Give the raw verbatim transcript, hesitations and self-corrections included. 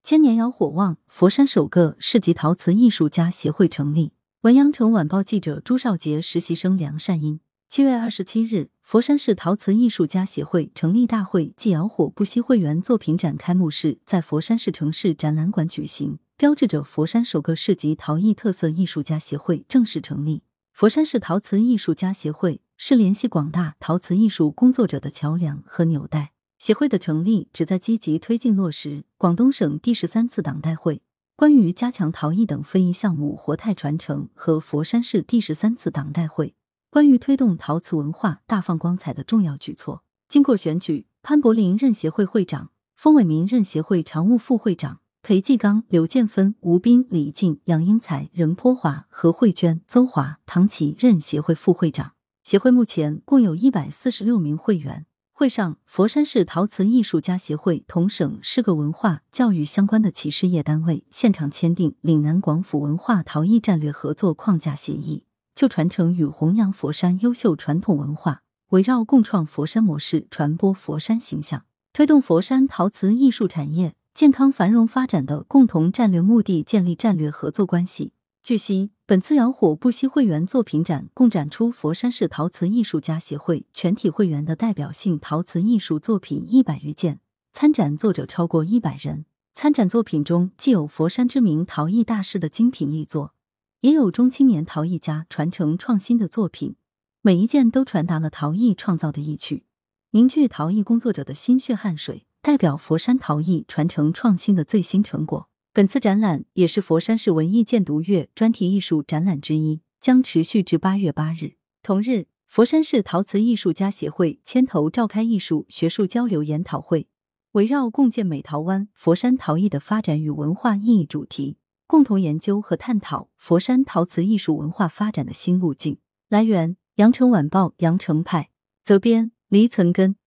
千年窑火旺，佛山首个市级陶瓷艺术家协会成立。文阳城晚报记者朱少杰，实习生梁善英。七月二十七日，佛山市陶瓷艺术家协会成立大会暨窑火不惜会员作品展开幕式在佛山市城市展览馆举行，标志着佛山首个市级陶艺特色艺术家协会正式成立。佛山市陶瓷艺术家协会是联系广大陶瓷艺术工作者的桥梁和纽带。协会的成立旨在积极推进落实广东省第十三次党代会关于加强陶艺等非遗项目活态传承和佛山市第十三次党代会关于推动陶瓷文化大放光彩的重要举措。经过选举，潘柏林任协会会长，封伟民任协会常务副会长，裴继刚、刘建芬、吴斌、李静、杨英才、任坡华、何慧娟、邹华、唐琪任协会副会长。协会目前共有一百四十六名会员。会上，佛山市陶瓷艺术家协会同省市各文化教育相关的企事业单位现场签订岭南广府文化陶艺战略合作框架协议，就传承与弘扬佛山优秀传统文化，围绕共创佛山模式，传播佛山形象，推动佛山陶瓷艺术产业健康繁荣发展的共同战略目的建立战略合作关系。据悉，本次窑火不惜会员作品展共展出佛山市陶瓷艺术家协会全体会员的代表性陶瓷艺术作品一百余件，参展作者超过一百人。参展作品中既有佛山知名陶艺大师的精品力作，也有中青年陶艺家传承创新的作品，每一件都传达了陶艺创造的意趣，凝聚陶艺工作者的心血汗水，代表佛山陶艺传承创新的最新成果。本次展览也是佛山市文艺鉴读月专题艺术展览之一，将持续至八月八日。同日，佛山市陶瓷艺术家协会牵头召开艺术学术交流研讨会，围绕共建美陶湾佛山陶艺的发展与文化意义主题，共同研究和探讨佛山陶瓷艺术文化发展的新路径。来源：羊城晚报羊城派，责编：黎存根。